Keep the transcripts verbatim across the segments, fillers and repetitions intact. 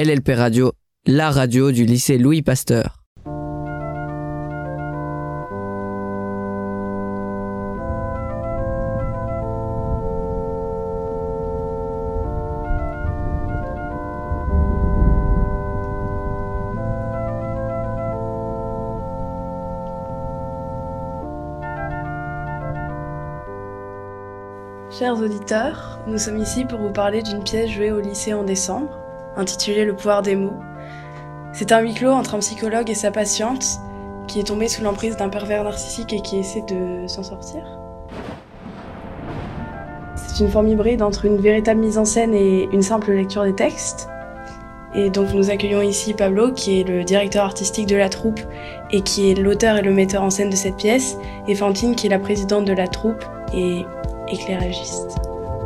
L L P Radio, la radio du lycée Louis Pasteur. Chers auditeurs, nous sommes ici pour vous parler d'une pièce jouée au lycée en décembre, intitulée Le pouvoir des mots. C'est un huis clos entre un psychologue et sa patiente, qui est tombée sous l'emprise d'un pervers narcissique et qui essaie de s'en sortir. C'est une forme hybride entre une véritable mise en scène et une simple lecture des textes. Et donc nous accueillons ici Pablo, qui est le directeur artistique de la troupe et qui est l'auteur et le metteur en scène de cette pièce, et Fantine, qui est la présidente de la troupe et éclairagiste.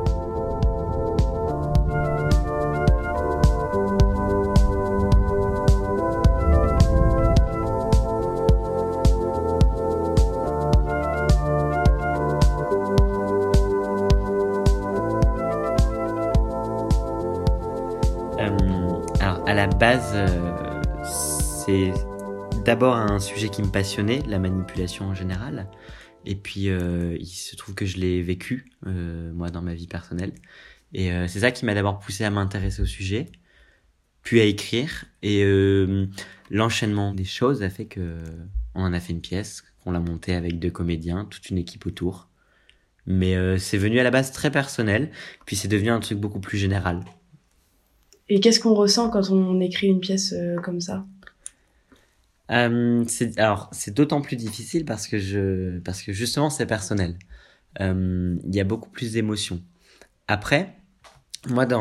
Euh, alors à la base, euh, c'est d'abord un sujet qui me passionnait, la manipulation en général. Et puis, euh, il se trouve que je l'ai vécu, euh, moi, dans ma vie personnelle. Et euh, c'est ça qui m'a d'abord poussé à m'intéresser au sujet, puis à écrire. Et euh, l'enchaînement des choses a fait que on en a fait une pièce, qu'on l'a montée avec deux comédiens, toute une équipe autour. Mais euh, c'est venu à la base très personnel, puis c'est devenu un truc beaucoup plus général. Et qu'est-ce qu'on ressent quand on écrit une pièce euh, comme ça ? Euh, c'est, alors, c'est d'autant plus difficile parce que je, parce que justement, c'est personnel. Euh, il y a beaucoup plus d'émotions. Après, moi, dans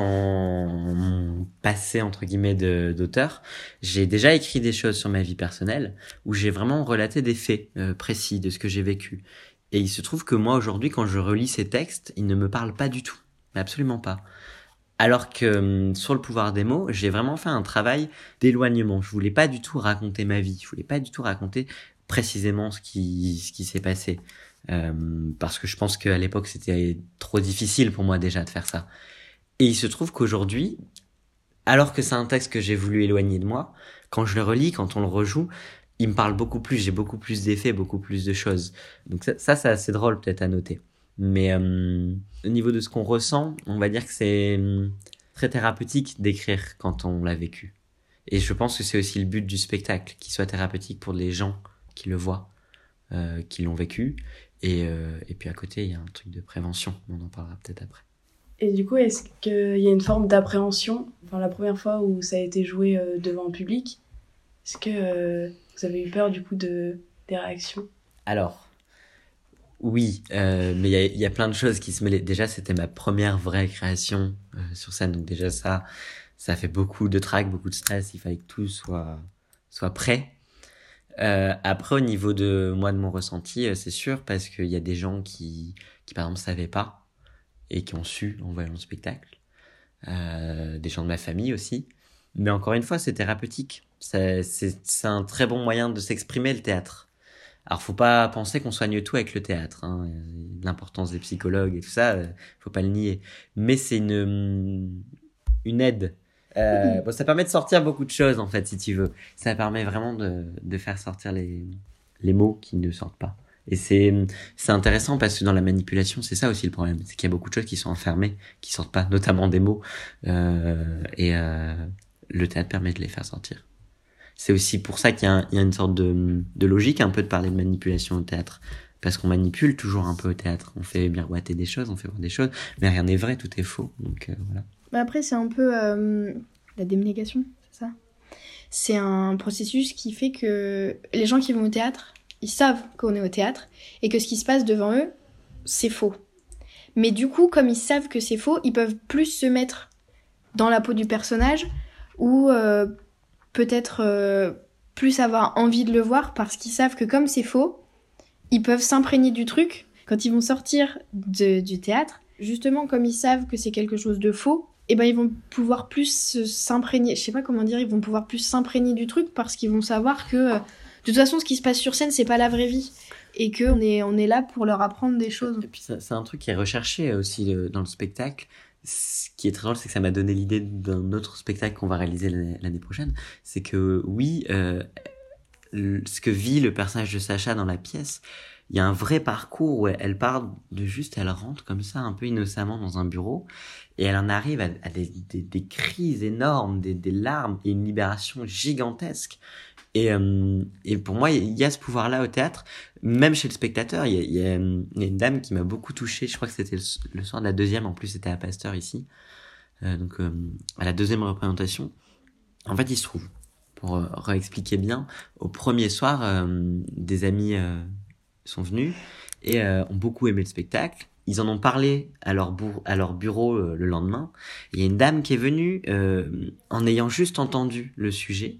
mon passé, entre guillemets, de, d'auteur, j'ai déjà écrit des choses sur ma vie personnelle où j'ai vraiment relaté des faits euh, précis de ce que j'ai vécu. Et il se trouve que moi, aujourd'hui, quand je relis ces textes, ils ne me parlent pas du tout. Mais absolument pas. Alors que sur le pouvoir des mots, j'ai vraiment fait un travail d'éloignement. Je voulais pas du tout raconter ma vie. Je voulais pas du tout raconter précisément ce qui ce qui s'est passé, euh, parce que je pense qu'à l'époque c'était trop difficile pour moi déjà de faire ça. Et il se trouve qu'aujourd'hui, alors que c'est un texte que j'ai voulu éloigner de moi, quand je le relis, quand on le rejoue, il me parle beaucoup plus. J'ai beaucoup plus d'effets, beaucoup plus de choses. Donc ça, ça c'est assez drôle peut-être à noter. Mais euh, au niveau de ce qu'on ressent, on va dire que c'est très thérapeutique d'écrire quand on l'a vécu. Et je pense que c'est aussi le but du spectacle, qu'il soit thérapeutique pour les gens qui le voient, euh, qui l'ont vécu. Et, euh, et puis à côté, il y a un truc de prévention, on en parlera peut-être après. Et du coup, est-ce qu'il y a une forme d'appréhension ? Enfin, la première fois où ça a été joué euh, devant le public, est-ce que euh, vous avez eu peur du coup de, des réactions ? Alors, oui, euh, mais il y a, y a plein de choses qui se mêlaient. Déjà, c'était ma première vraie création euh, sur scène, donc déjà ça, ça fait beaucoup de trac, beaucoup de stress. Il fallait que tout soit soit prêt. Euh, après, au niveau de moi, de mon ressenti, euh, c'est sûr, parce qu'il y a des gens qui, qui par exemple, savaient pas et qui ont su en voyant le spectacle. Euh, des gens de ma famille aussi. Mais encore une fois, c'est thérapeutique. C'est, c'est, c'est un très bon moyen de s'exprimer, le théâtre. Alors, faut pas penser qu'on soigne tout avec le théâtre, hein. L'importance des psychologues et tout ça, euh, faut pas le nier. Mais c'est une, une aide. Euh, bon, ça permet de sortir beaucoup de choses, en fait, si tu veux. Ça permet vraiment de, de faire sortir les, les mots qui ne sortent pas. Et c'est, c'est intéressant parce que dans la manipulation, c'est ça aussi le problème. C'est qu'il y a beaucoup de choses qui sont enfermées, qui sortent pas, notamment des mots. Euh, et, euh, le théâtre permet de les faire sortir. C'est aussi pour ça qu'il y a, un, il y a une sorte de, de logique un peu de parler de manipulation au théâtre. Parce qu'on manipule toujours un peu au théâtre. On fait miroiter des choses, on fait voir des choses, mais rien n'est vrai, tout est faux. Donc euh, voilà. Bah après, c'est un peu euh, la dénégation, c'est ça ? C'est un processus qui fait que les gens qui vont au théâtre, ils savent qu'on est au théâtre et que ce qui se passe devant eux, c'est faux. Mais du coup, comme ils savent que c'est faux, ils peuvent plus se mettre dans la peau du personnage ou... Euh, peut-être euh, plus avoir envie de le voir parce qu'ils savent que comme c'est faux, ils peuvent s'imprégner du truc. Quand ils vont sortir de, du théâtre, justement comme ils savent que c'est quelque chose de faux, et ben ils vont pouvoir plus s'imprégner, je sais pas comment dire, ils vont pouvoir plus s'imprégner du truc parce qu'ils vont savoir que de toute façon ce qui se passe sur scène c'est pas la vraie vie et qu'on est, on est là pour leur apprendre des choses. Et puis c'est un truc qui est recherché aussi dans le spectacle, ce qui est très drôle, c'est que ça m'a donné l'idée d'un autre spectacle qu'on va réaliser l'année, l'année prochaine. C'est que oui, euh, le, ce que vit le personnage de Sacha dans la pièce, il y a un vrai parcours où elle, elle part de juste, elle rentre comme ça un peu innocemment dans un bureau et elle en arrive à, à des, des, des crises énormes, des, des larmes et une libération gigantesque. Et, euh, et pour moi, il y a ce pouvoir-là au théâtre, même chez le spectateur. Il y a, il y a, il y a une dame qui m'a beaucoup touché. Je crois que c'était le, le soir de la deuxième. En plus, c'était à Pasteur ici. Euh, donc, euh, à la deuxième représentation. En fait, il se trouve, pour euh, réexpliquer bien, au premier soir, euh, des amis euh, sont venus et euh, ont beaucoup aimé le spectacle. Ils en ont parlé à leur, bourg, à leur bureau euh, le lendemain. Il y a une dame qui est venue euh, en ayant juste entendu le sujet.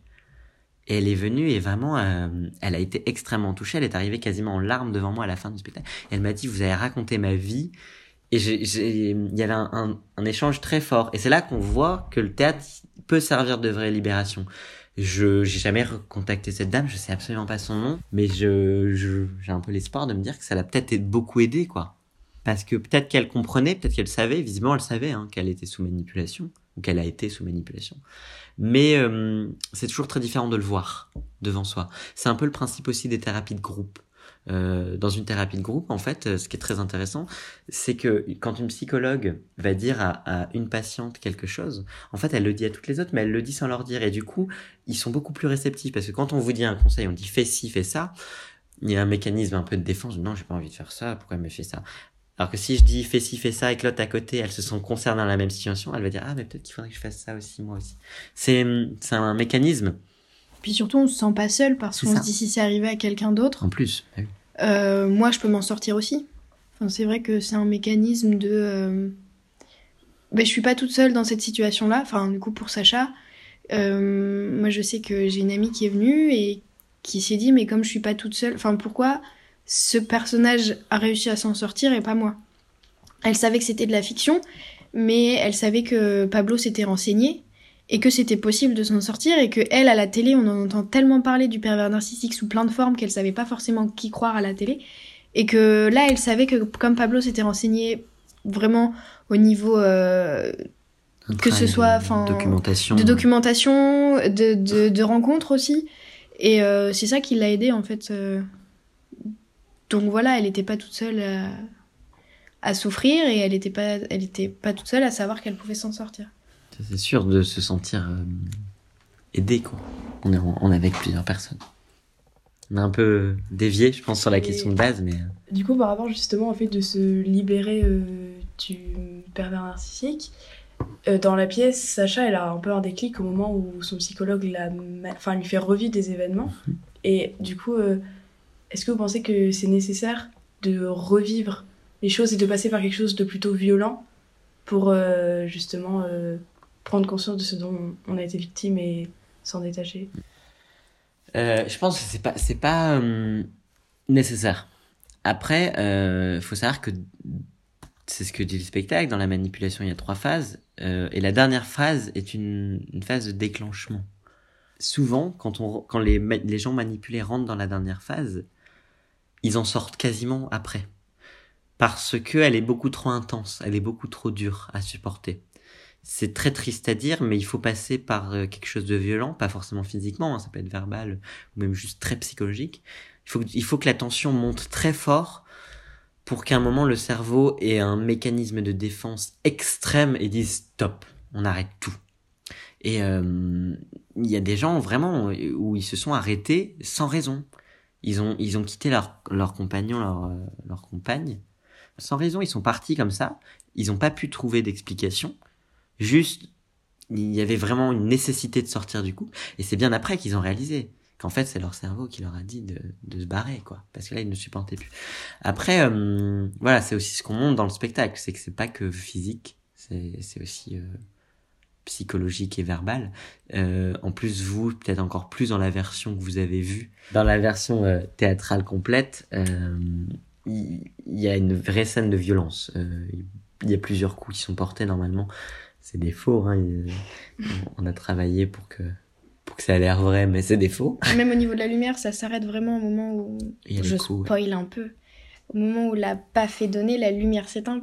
Et elle est venue et vraiment, euh, elle a été extrêmement touchée. Elle est arrivée quasiment en larmes devant moi à la fin du spectacle. Et elle m'a dit, vous avez raconté ma vie. Et j'ai, j'ai, il y avait un, un, un échange très fort. Et c'est là qu'on voit que le théâtre peut servir de vraie libération. Je, j'ai jamais recontacté cette dame, je sais absolument pas son nom, mais je, je, j'ai un peu l'espoir de me dire que ça l'a peut-être beaucoup aidé, quoi. Parce que peut-être qu'elle comprenait, peut-être qu'elle savait, visiblement elle savait, hein, qu'elle était sous manipulation, ou qu'elle a été sous manipulation. Mais euh, c'est toujours très différent de le voir devant soi. C'est un peu le principe aussi des thérapies de groupe. Euh, dans une thérapie de groupe, en fait, ce qui est très intéressant, c'est que quand une psychologue va dire à, à une patiente quelque chose, en fait, elle le dit à toutes les autres, mais elle le dit sans leur dire. Et du coup, ils sont beaucoup plus réceptifs. Parce que quand on vous dit un conseil, on dit fais ci, fais ça, il y a un mécanisme un peu de défense. Non, j'ai pas envie de faire ça, pourquoi elle me fait ça? Alors que si je dis fais ci, fais ça, et que l'autre à côté, elle se sent concernée dans la même situation, elle va dire ah, mais peut-être qu'il faudrait que je fasse ça aussi, moi aussi. C'est, c'est un mécanisme. Puis surtout, on se sent pas seul parce C'est qu'on ça. se dit si c'est arrivé à quelqu'un d'autre, En plus. Ah oui. euh, moi je peux m'en sortir aussi. Enfin, c'est vrai que c'est un mécanisme de. Euh... Ben, je suis pas toute seule dans cette situation-là. Enfin, du coup, pour Sacha, euh, moi je sais que j'ai une amie qui est venue et qui s'est dit mais comme je suis pas toute seule, enfin pourquoi ce personnage a réussi à s'en sortir et pas moi? Elle savait que c'était de la fiction, mais elle savait que Pablo s'était renseigné et que c'était possible de s'en sortir et que elle, à la télé, on en entend tellement parler du pervers narcissique sous plein de formes qu'elle savait pas forcément qui croire à la télé et que là, elle savait que comme Pablo s'était renseigné vraiment au niveau euh, que ce soit enfin documentation. de documentation, de, de, de rencontres aussi et euh, c'est ça qui l'a aidée en fait. Euh... Donc voilà, elle n'était pas toute seule à, à souffrir et elle n'était pas, elle était pas toute seule à savoir qu'elle pouvait s'en sortir. C'est sûr de se sentir euh, aidé, quoi. On est, on est avec plusieurs personnes. On a un peu dévié, je pense, sur la Et question de base, mais... Du coup, par rapport justement au fait de se libérer euh, du pervers narcissique, euh, dans la pièce, Sacha, elle a un peu un déclic au moment où son psychologue la, enfin, lui fait revivre des événements. Mm-hmm. Et du coup, euh, est-ce que vous pensez que c'est nécessaire de revivre les choses et de passer par quelque chose de plutôt violent pour euh, justement euh, prendre conscience de ce dont on a été victime et s'en détacher? Euh, je pense que c'est pas, c'est pas euh, nécessaire. Après, il euh, faut savoir que c'est ce que dit le spectacle. Dans la manipulation, il y a trois phases. Euh, et la dernière phase est une, une phase de déclenchement. Souvent, quand, on, quand les, les gens manipulés rentrent dans la dernière phase, ils en sortent quasiment après. Parce qu'elle est beaucoup trop intense, elle est beaucoup trop dure à supporter. C'est très triste à dire, mais il faut passer par quelque chose de violent, pas forcément physiquement, hein, ça peut être verbal, ou même juste très psychologique. Il faut, il faut que la tension monte très fort pour qu'à un moment le cerveau ait un mécanisme de défense extrême et dise stop, on arrête tout. Et euh, il y a des gens vraiment où ils se sont arrêtés sans raison. Ils ont, ils ont quitté leur, leur compagnon, leur, leur compagne, sans raison. Ils sont partis comme ça. Ils n'ont pas pu trouver d'explication. Juste, il y avait vraiment une nécessité de sortir du coup. Et c'est bien après qu'ils ont réalisé qu'en fait, c'est leur cerveau qui leur a dit de, de se barrer, quoi. Parce que là, ils ne supportaient plus. Après, euh, voilà, c'est aussi ce qu'on montre dans le spectacle. C'est que c'est pas que physique. C'est, c'est aussi... Euh, psychologique et verbal. Euh, en plus, vous, peut-être encore plus dans la version que vous avez vue, dans la version euh, théâtrale complète, euh, il y, y a une vraie scène de violence. Euh, il y a plusieurs coups qui sont portés normalement. C'est des faux. Hein, il, on a travaillé pour que pour que ça ait l'air vrai, mais c'est des faux. Même au niveau de la lumière, ça s'arrête vraiment au moment où Il y a je coups, spoil ouais. un peu. Au moment où la paf est donnée, la lumière s'éteint.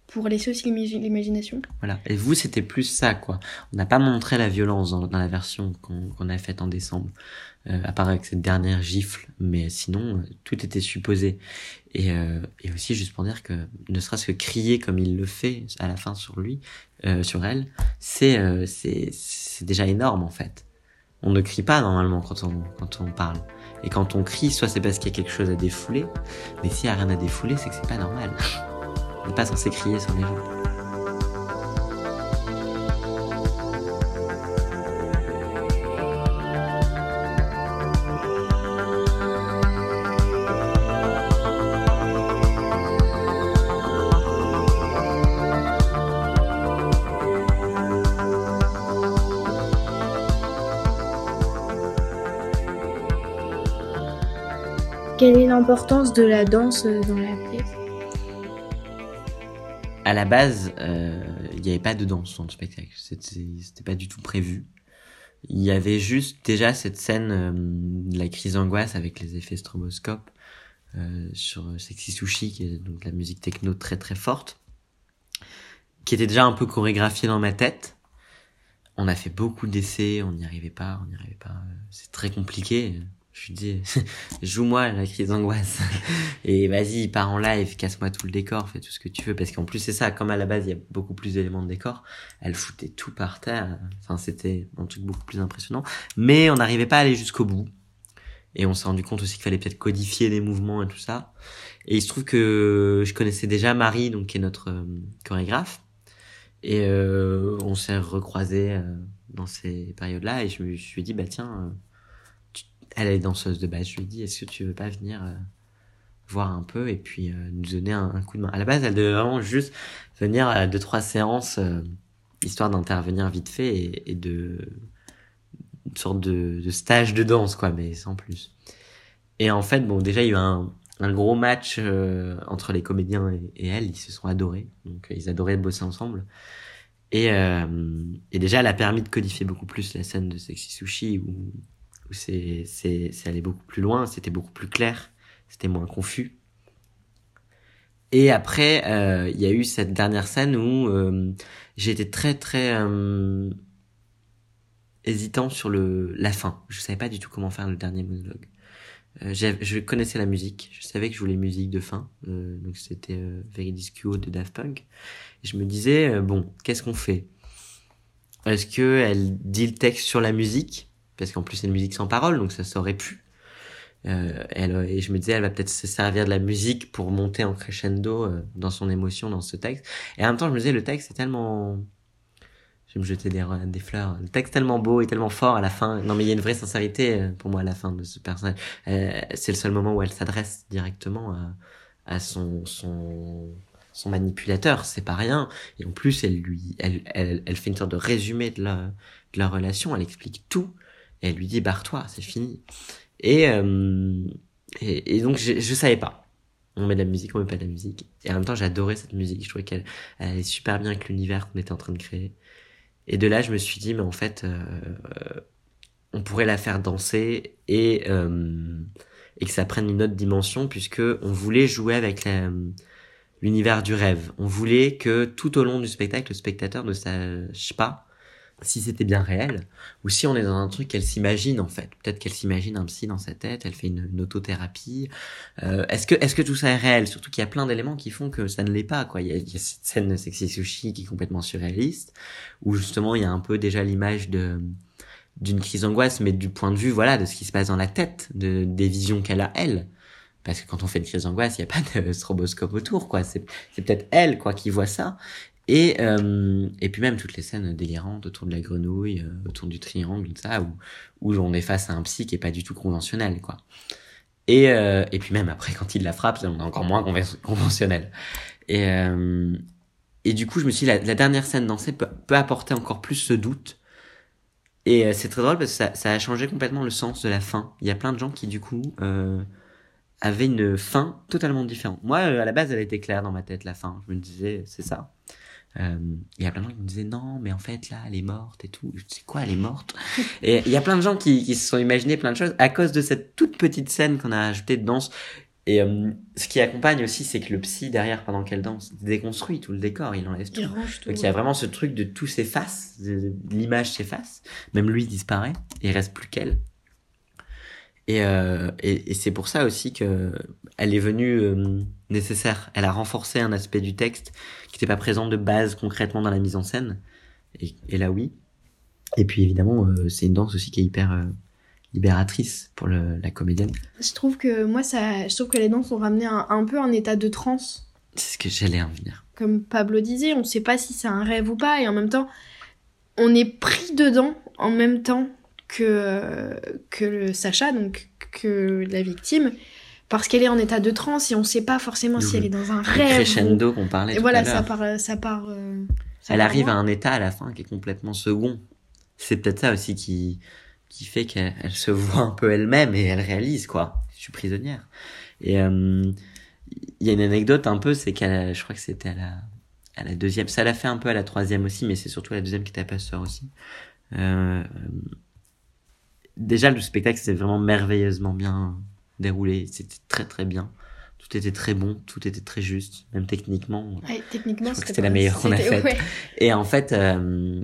pour laisser aussi l'imi- l'imagination. Voilà. Et vous, c'était plus ça, quoi. On n'a pas montré la violence dans, dans la version qu'on, qu'on a faite en décembre, euh, à part avec cette dernière gifle, mais sinon, euh, tout était supposé. Et, euh, et aussi, juste pour dire que, ne serait-ce que crier comme il le fait à la fin sur lui, euh, sur elle, c'est, euh, c'est, c'est déjà énorme, en fait. On ne crie pas, normalement, quand on, quand on parle. Et quand on crie, soit c'est parce qu'il y a quelque chose à défouler, mais s'il y a rien à défouler, c'est que c'est pas normal. On n'est pas censé crier sur les gens. Quelle est l'importance de la danse dans la pièce ? À la base, euh, il n'y avait pas de danse dans le spectacle. C'était, c'était pas du tout prévu. Il y avait juste déjà cette scène euh, de la crise d'angoisse avec les effets stroboscope euh, sur Sexy Sushi, qui est donc la musique techno très très forte, qui était déjà un peu chorégraphiée dans ma tête. On a fait beaucoup d'essais, on n'y arrivait pas, on n'y arrivait pas. C'est très compliqué. Je lui dis, joue-moi la crise d'angoisse. Et vas-y, pars en live, casse-moi tout le décor, fais tout ce que tu veux. Parce qu'en plus, c'est ça, comme à la base, il y a beaucoup plus d'éléments de décor, elle foutait tout par terre. Enfin, c'était un truc beaucoup plus impressionnant. Mais on n'arrivait pas à aller jusqu'au bout. Et on s'est rendu compte aussi qu'il fallait peut-être codifier les mouvements et tout ça. Et il se trouve que je connaissais déjà Marie, donc, qui est notre euh, chorégraphe. Et euh, on s'est recroisés euh, dans ces périodes-là. Et je me suis dit, bah tiens... Euh, elle est danseuse de base. Je lui ai dit, est-ce que tu veux pas venir euh, voir un peu et puis euh, nous donner un, un coup de main. À la base, elle devait vraiment juste venir à deux, trois séances, euh, histoire d'intervenir vite fait et, et de... une sorte de, de stage de danse, quoi, mais sans plus. Et en fait, bon, déjà, il y a eu un, un gros match euh, entre les comédiens et, et elle. Ils se sont adorés. Donc, ils adoraient bosser ensemble. Et, euh, et déjà, elle a permis de codifier beaucoup plus la scène de Sexy Sushi où où c'est, c'est, c'est allé beaucoup plus loin, c'était beaucoup plus clair, c'était moins confus. Et après, euh, il y a eu cette dernière scène où euh, j'ai été très très euh, hésitant sur le la fin. Je savais pas du tout comment faire le dernier monologue. Euh, je connaissais la musique, je savais que je voulais musique de fin, euh, donc c'était euh, Veridisco de Daft Punk. Et je me disais, euh, bon, qu'est-ce qu'on fait ? Est-ce que elle dit le texte sur la musique ? Parce qu'en plus c'est une musique sans parole, donc ça s'aurait pu. Euh, elle, et je me disais, elle va peut-être se servir de la musique pour monter en crescendo euh, dans son émotion, dans ce texte. Et en même temps, je me disais, le texte est tellement... Je vais me jeter des, des fleurs. Le texte est tellement beau et tellement fort à la fin. Non, mais il y a une vraie sincérité pour moi à la fin de ce personnage. Euh, c'est le seul moment où elle s'adresse directement à, à son... son son manipulateur, c'est pas rien. Et en plus, elle lui, elle, elle, elle fait une sorte de résumé de la, de la relation. Elle explique tout. Et elle lui dit, barre-toi, c'est fini. Et, euh, et, et donc, je, je savais pas. On met de la musique, on met pas de la musique. Et en même temps, j'adorais cette musique. Je trouvais qu'elle elle allait super bien avec l'univers qu'on était en train de créer. Et de là, je me suis dit, mais en fait, euh, on pourrait la faire danser et, euh, et que ça prenne une autre dimension, puisque on voulait jouer avec la, l'univers du rêve. On voulait que tout au long du spectacle, le spectateur ne sache pas si c'était bien réel, ou si on est dans un truc qu'elle s'imagine, en fait. Peut-être qu'elle s'imagine un psy dans sa tête, elle fait une, une autothérapie. Euh, est-ce que, est-ce que tout ça est réel? Surtout qu'il y a plein d'éléments qui font que ça ne l'est pas, quoi. Il y a, il y a cette scène de Sexy Sushi qui est complètement surréaliste, où justement il y a un peu déjà l'image de, d'une crise d'angoisse, mais du point de vue, voilà, de ce qui se passe dans la tête, de, des visions qu'elle a, elle. Parce que quand on fait une crise d'angoisse, il n'y a pas de stroboscope autour, quoi. C'est, c'est peut-être elle, quoi, qui voit ça. Et euh, et puis même toutes les scènes délirantes autour de la grenouille, euh, autour du triangle, tout ça, où où on est face à un psy qui est pas du tout conventionnel, quoi. Et euh, et puis même après quand il la frappe, on est encore moins conventionnel. Et euh, et du coup je me suis dit, la, la dernière scène dansée peut, peut apporter encore plus ce doute. Et euh, c'est très drôle parce que ça ça a changé complètement le sens de la fin. Il y a plein de gens qui du coup euh, avaient une fin totalement différente. Moi euh, à la base elle était claire dans ma tête, la fin. Je me disais c'est ça. Euh, il y a plein de gens qui me disaient non mais en fait là elle est morte et tout. Je dis quoi, elle est morte? Et il y a plein de gens qui, qui se sont imaginés plein de choses à cause de cette toute petite scène qu'on a ajoutée de danse Et euh, ce qui accompagne aussi, c'est que le psy, derrière, pendant qu'elle danse, déconstruit tout le décor, il enlève tout. Il range tout. Donc il y a vraiment ce truc de tout s'efface, de, de l'image s'efface, même lui disparaît, et il reste plus qu'elle. Et, euh, et, et c'est pour ça aussi que elle est venue euh, nécessaire. Elle a renforcé un aspect du texte qui n'était pas présent de base concrètement dans la mise en scène. Et, et là, oui. Et puis évidemment, euh, c'est une danse aussi qui est hyper euh, libératrice pour le, la comédienne. Je trouve que moi, ça, je trouve que les danses ont ramené un, un peu un état de transe. C'est ce que j'allais en venir. Comme Pablo disait, on ne sait pas si c'est un rêve ou pas, et en même temps, on est pris dedans en même temps que, que le Sacha, donc que la victime, parce qu'elle est en état de transe et on ne sait pas forcément si elle est dans un Le rêve. crescendo ou... qu'on parlait et tout voilà, à l'heure. ça part, ça part. Euh, ça elle part arrive loin. à un état à la fin qui est complètement second. C'est peut-être ça aussi qui qui fait qu'elle elle se voit un peu elle-même et elle réalise quoi. Je suis prisonnière. Et il euh, y a une anecdote un peu, c'est qu'elle, je crois que c'était à la à la deuxième. Ça l'a fait un peu à la troisième aussi, mais c'est surtout la deuxième qui était à Pasteur aussi. Euh, déjà le spectacle s'est vraiment merveilleusement bien déroulé. C'était très très bien. Tout était très bon, tout était très juste, même techniquement. Ouais, techniquement, je crois que c'était, c'était la meilleure qu'on a faite. Ouais. Et en fait, euh,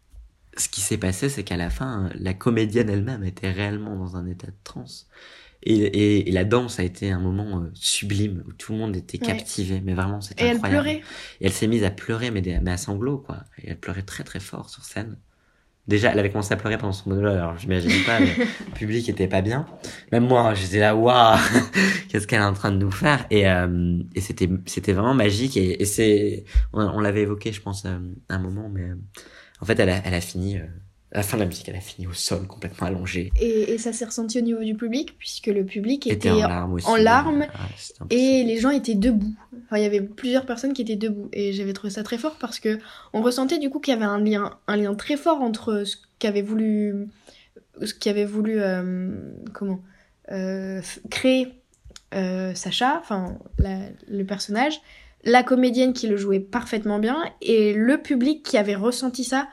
ce qui s'est passé, c'est qu'à la fin, la comédienne elle-même était réellement dans un état de transe. Et, et, et la danse a été un moment euh, sublime où tout le monde était captivé, ouais. Mais vraiment c'était et incroyable. Elle pleurait. Et elle s'est mise à pleurer, mais, des, mais à sanglots quoi. Et elle pleurait très très fort sur scène. Déjà, elle avait commencé à pleurer pendant son monologue, alors j'imagine pas, mais le public était pas bien. Même moi, j'étais là, waouh, qu'est-ce qu'elle est en train de nous faire? Et, euh, et c'était, c'était vraiment magique. Et, et c'est, on, on l'avait évoqué, je pense, à un moment, mais euh, en fait, elle a, elle a fini. Euh, à la fin de la musique, elle a fini au sol, complètement allongée. Et, et ça s'est ressenti au niveau du public, puisque le public était, était en larmes aussi. En larmes ah, et les gens étaient debout. Enfin, il y avait plusieurs personnes qui étaient debout. Et j'avais trouvé ça très fort parce que on ressentait du coup qu'il y avait un lien, un lien très fort entre ce qu'avait voulu, ce qu'avait voulu, euh, comment, euh, créer euh, Sacha, enfin, la, le personnage, la comédienne qui le jouait parfaitement bien et le public qui avait ressenti ça.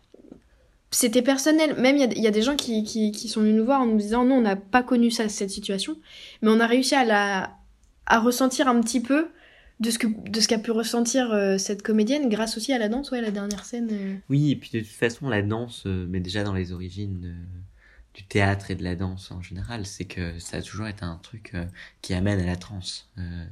C'était personnel. Même il y, y a des gens qui, qui, qui sont venus nous voir en nous disant non, on n'a pas connu ça, cette situation, mais on a réussi à la à ressentir un petit peu de ce que de ce qu'a pu ressentir euh, cette comédienne grâce aussi à la danse, ouais, la dernière scène. Euh... Oui, et puis de toute façon la danse, euh, mais déjà dans les origines euh, du théâtre et de la danse en général, c'est que ça a toujours été un truc euh, qui amène à la transe. Euh,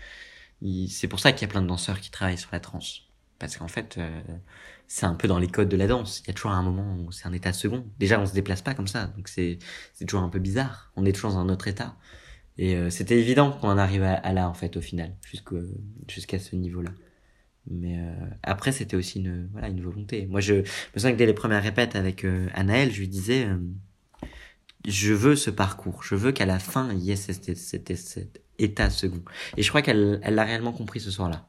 il, c'est pour ça qu'il y a plein de danseurs qui travaillent sur la transe, parce qu'en fait. Euh, c'est un peu dans les codes de la danse. Il y a toujours un moment où c'est un état second. Déjà, on se déplace pas comme ça, donc c'est c'est toujours un peu bizarre. On est toujours dans un autre état. Et euh, c'était évident qu'on en arrive à, à là, en fait, au final, jusqu'au, jusqu'à ce niveau-là. Mais euh, après, c'était aussi une voilà une volonté. Moi, je me souviens que dès les premières répètes avec euh, Anaëlle, je lui disais, euh, je veux ce parcours. Je veux qu'à la fin, il y ait cet, cet, cet, cet état second. Et je crois qu'elle elle l'a réellement compris ce soir-là.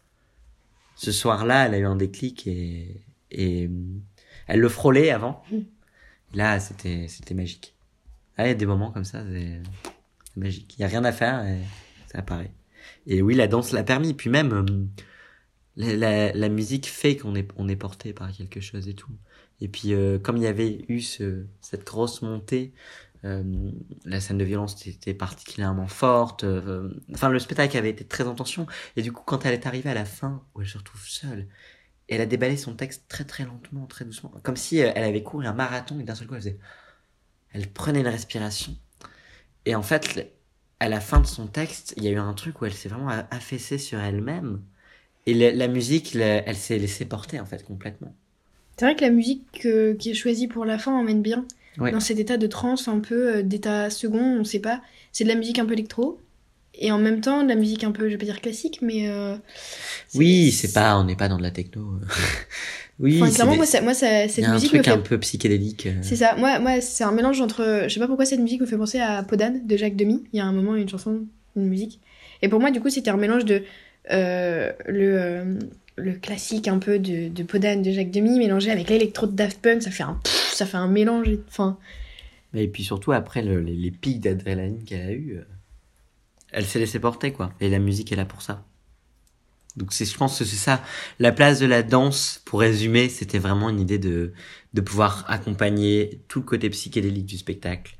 Ce soir-là, elle a eu un déclic et, et elle le frôlait avant. Là, c'était, c'était magique. Ah, il y a des moments comme ça, c'est, c'est magique. Il y a rien à faire et ça apparaît. Et oui, la danse l'a permis. Puis même, la, la, la musique fait qu'on est, on est porté par quelque chose et tout. Et puis, euh, comme il y avait eu ce, cette grosse montée, euh, la scène de violence était particulièrement forte. Euh, enfin, le spectacle avait été très en tension. Et du coup, quand elle est arrivée à la fin, où elle se retrouve seule, elle a déballé son texte très très lentement, très doucement, comme si elle avait couru un marathon et d'un seul coup, elle faisait, elle prenait une respiration. Et en fait, à la fin de son texte, il y a eu un truc où elle s'est vraiment affaissée sur elle-même. Et la, la musique, la, elle s'est laissée porter en fait complètement. C'est vrai que la musique euh, qui est choisie pour la fin emmène bien. Ouais. Dans cet état de transe, un peu euh, d'état second, on sait pas. C'est de la musique un peu électro, et en même temps de la musique un peu, je vais pas dire classique, mais. Euh, c'est, oui, c'est, c'est pas, on n'est pas dans de la techno. oui. Enfin, clairement, des, moi, ça, moi, ça, cette y a musique un truc me fait... un peu psychédélique. Euh... C'est ça. Moi, moi, c'est un mélange entre, je sais pas pourquoi cette musique me fait penser à Podane de Jacques Demy. Il y a un moment, une chanson, une musique. Et pour moi, du coup, c'était un mélange de euh, le. Euh, le classique un peu de, de Podane de Jacques Demy mélangé avec l'électro de Daft Punk, ça fait un pff, ça fait un mélange, enfin. Et puis surtout après le, les, les pics d'adrénaline qu'elle a eu, euh, elle s'est laissée porter quoi. Et la musique est là pour ça. Donc c'est, je pense que c'est ça. La place de la danse, pour résumer, c'était vraiment une idée de de pouvoir accompagner tout le côté psychédélique du spectacle,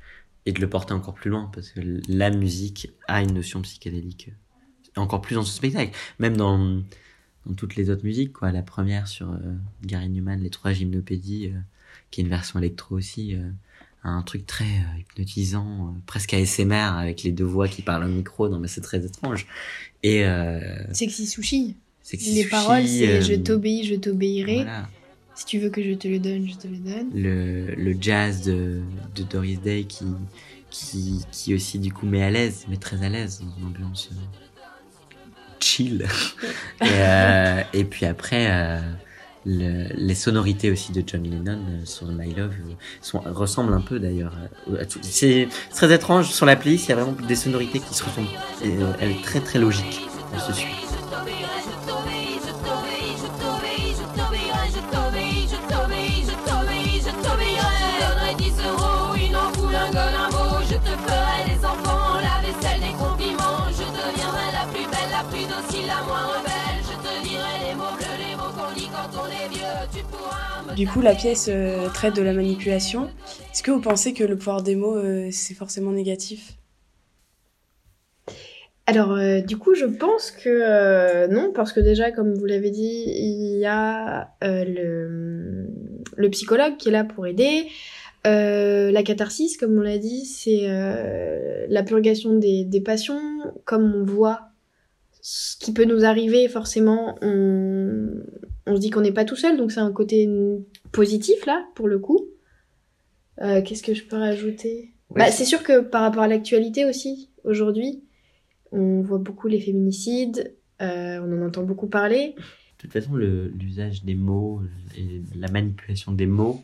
et de le porter encore plus loin, parce que la musique a une notion psychédélique encore plus dans ce spectacle, même dans, dans toutes les autres musiques, quoi. La première sur euh, Gary Numan, les trois gymnopédies, euh, qui est une version électro aussi, euh, un truc très euh, hypnotisant, euh, presque A S M R, avec les deux voix qui parlent au micro. Non mais c'est très étrange. Et euh, Sexy Sushi. Sexy Les Sushi, paroles, c'est euh, je t'obéis, je t'obéirai. Voilà. Si tu veux que je te le donne, je te le donne. Le, le jazz de, de Doris Day qui, qui, qui aussi du coup met à l'aise, met très à l'aise dans une ambiance euh, chill. et, euh, et puis après, euh, le, les sonorités aussi de John Lennon euh, sur My Love euh, sont, ressemblent un peu d'ailleurs euh, à tout. C'est, c'est très étrange, sur la playlist il y a vraiment des sonorités qui se ressemblent. Et, euh, elle est très très logique dans ce sujet. Du coup, la pièce euh, traite de la manipulation. Est-ce que vous pensez que le pouvoir des mots, euh, c'est forcément négatif ? Alors, euh, du coup, je pense que euh, non, parce que déjà, comme vous l'avez dit, il y a euh, le, le psychologue qui est là pour aider. Euh, la catharsis, comme on l'a dit, c'est euh, la purgation des, des passions. Comme on voit ce qui peut nous arriver, forcément, on, on se dit qu'on n'est pas tout seul, donc c'est un côté positif, là, pour le coup. Euh, qu'est-ce que je peux rajouter ? Ouais, bah, c'est... c'est sûr que par rapport à l'actualité aussi, aujourd'hui, on voit beaucoup les féminicides, euh, on en entend beaucoup parler. De toute façon, le, l'usage des mots et la manipulation des mots,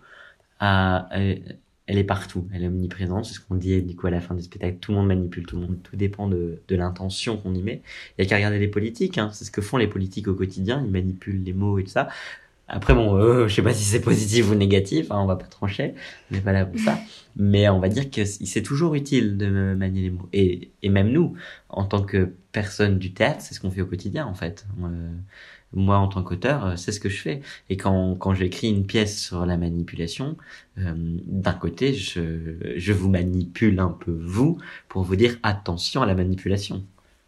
a, elle, elle est partout, elle est omniprésente. C'est ce qu'on dit du coup à la fin du spectacle. Tout le monde manipule tout le monde, tout dépend de, de l'intention qu'on y met. Il y a qu'à regarder les politiques, hein. C'est ce que font les politiques au quotidien, ils manipulent les mots et tout ça. Après bon, euh, je sais pas si c'est positif ou négatif, hein, on va pas trancher, on n'est pas là pour ça. Mais on va dire que c'est toujours utile de manier les mots. Et, et même nous, en tant que personne du théâtre, c'est ce qu'on fait au quotidien en fait. Euh, moi, en tant qu'auteur, c'est ce que je fais. Et quand, quand j'écris une pièce sur la manipulation, euh, d'un côté, je, je vous manipule un peu, vous, pour vous dire attention à la manipulation.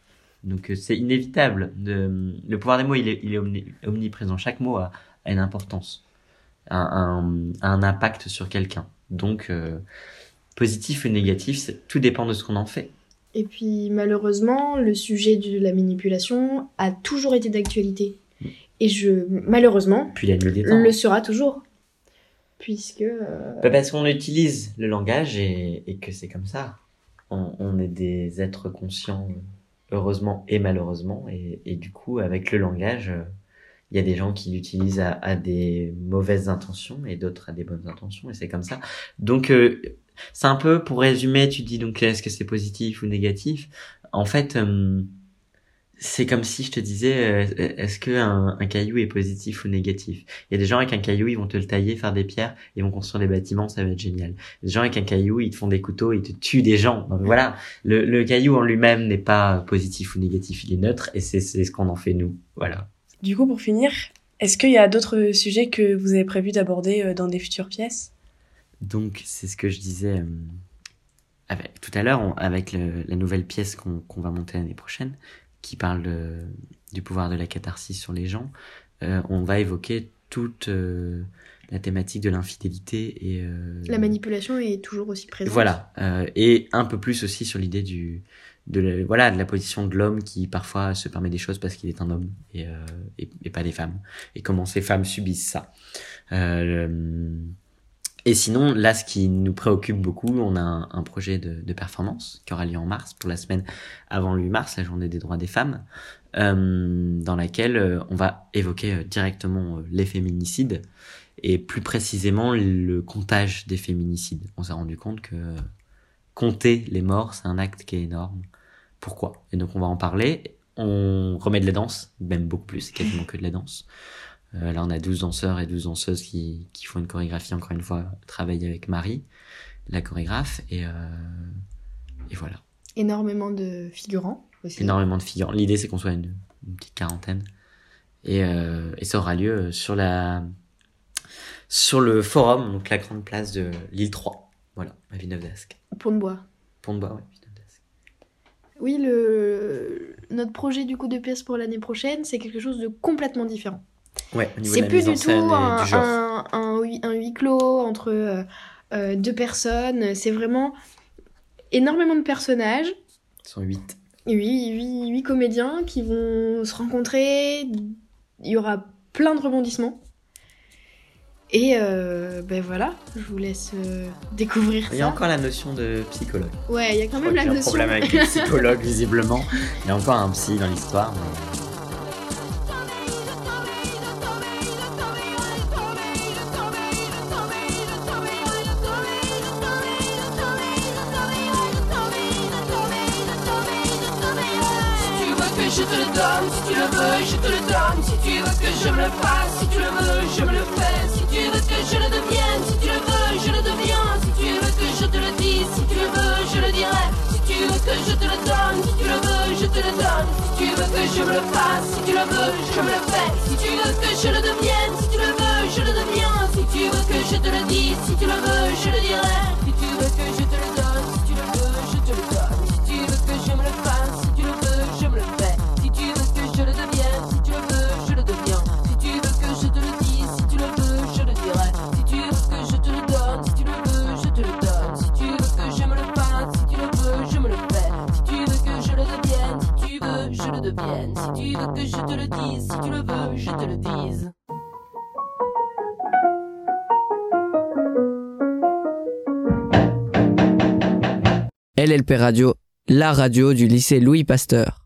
Donc, c'est inévitable. De, le pouvoir des mots, il est, il est omni, omniprésent. Chaque mot a, a une importance, a un, a un impact sur quelqu'un. Donc, euh, positif ou négatif, c'est, tout dépend de ce qu'on en fait. Et puis, malheureusement, le sujet de la manipulation a toujours été d'actualité. Et je, malheureusement, puis la nuit des temps, le sera toujours. Puisque... Euh... Bah parce qu'on utilise le langage et, et que c'est comme ça. On, on est des êtres conscients, heureusement et malheureusement. Et, et du coup, avec le langage, il y a des gens qui l'utilisent à, à des mauvaises intentions et d'autres à des bonnes intentions. Et c'est comme ça. Donc, euh, c'est un peu, pour résumer, tu dis donc est-ce que c'est positif ou négatif ? En fait... Euh, c'est comme si je te disais, euh, est-ce que un, un caillou est positif ou négatif ? Il y a des gens avec un caillou, ils vont te le tailler, faire des pierres, ils vont construire des bâtiments, ça va être génial. Des gens avec un caillou, ils te font des couteaux, ils te tuent des gens. Donc voilà, le, le caillou en lui-même n'est pas positif ou négatif, il est neutre et c'est, c'est ce qu'on en fait nous. Voilà. Du coup, pour finir, est-ce qu'il y a d'autres sujets que vous avez prévu d'aborder dans des futures pièces ? Donc c'est ce que je disais euh, avec, tout à l'heure, on, avec le, la nouvelle pièce qu'on, qu'on va monter l'année prochaine, qui parle de, du pouvoir de la catharsis sur les gens, euh, on va évoquer toute euh, la thématique de l'infidélité et... Euh, la manipulation est toujours aussi présente. Voilà, euh, et un peu plus aussi sur l'idée du, de, la, voilà, de la position de l'homme qui parfois se permet des choses parce qu'il est un homme et, euh, et, et pas des femmes, et comment ces femmes subissent ça. Euh, le, Et sinon, là, ce qui nous préoccupe beaucoup, on a un, un projet de, de performance qui aura lieu en mars, pour la semaine avant le huit mars, la journée des droits des femmes, euh, dans laquelle euh, on va évoquer euh, directement euh, les féminicides et plus précisément le comptage des féminicides. On s'est rendu compte que euh, compter les morts, c'est un acte qui est énorme. Pourquoi ? Et donc, on va en parler. On remet de la danse, même beaucoup plus, c'est quasiment que de la danse. Euh, là, on a douze danseurs et douze danseuses qui, qui font une chorégraphie, encore une fois, travailler avec Marie, la chorégraphe, et, euh, et voilà. Énormément de figurants aussi. Énormément de figurants. L'idée, c'est qu'on soit une, une petite quarantaine. Et, euh, et ça aura lieu sur la, sur le forum, donc la grande place de l'île trois. Voilà, à Villeneuve-d'Ascq. Pont de Bois. Pont de Bois, ouais, Villeneuve-d'Ascq. Oui, le... notre projet du coup de pièce pour l'année prochaine, c'est quelque chose de complètement différent. Ouais, au niveau C'est de la plus mise en du tout scène et un, du genre. un, un, huis- un huis clos entre euh, euh, deux personnes. C'est vraiment énormément de personnages. Ils sont huit. Huit, huit, huit comédiens qui vont se rencontrer. Il y aura plein de rebondissements. Et euh, ben voilà, je vous laisse euh, découvrir ça. Il y a encore la notion de psychologue. Ouais, il y a quand Je même crois la qu'il y a un notion. problème avec le psychologue, visiblement. Il y a encore un psy dans l'histoire. Mais... Je te le donne, si tu le veux, je te le donne. Si tu veux que je me le fasse, si tu le veux, je me le fais. Si tu veux que je le devienne, si tu le veux, je le deviens. Si tu veux que je te le dise, si tu le veux, je le dirai. Si tu veux que je te le donne, si tu le veux, je te le donne. Si tu veux que je me le fasse, si tu le veux, je me le fais. Si tu veux que je le devienne, si tu le veux, je le deviens. Si tu veux que je te le dise, si tu le veux, je le dirai. Si tu veux que je te le donne, si tu le veux, je te le donne. Si tu veux que je me le fasse, si tu le veux, je me le fais. Si tu veux que je le devienne, si tu le veux, je le deviens. Si tu veux que je te le dise, si tu le veux, je le dirai. Si tu veux que je te le donne, si tu le veux, je te le donne. Si tu veux que je me le fasse, si tu le veux, je me le fais. Si tu veux que je le devienne, si tu veux, je le devienne. Si tu veux que je te le dise, si tu le veux, je te le dise. L L P Radio, la radio du lycée Louis Pasteur.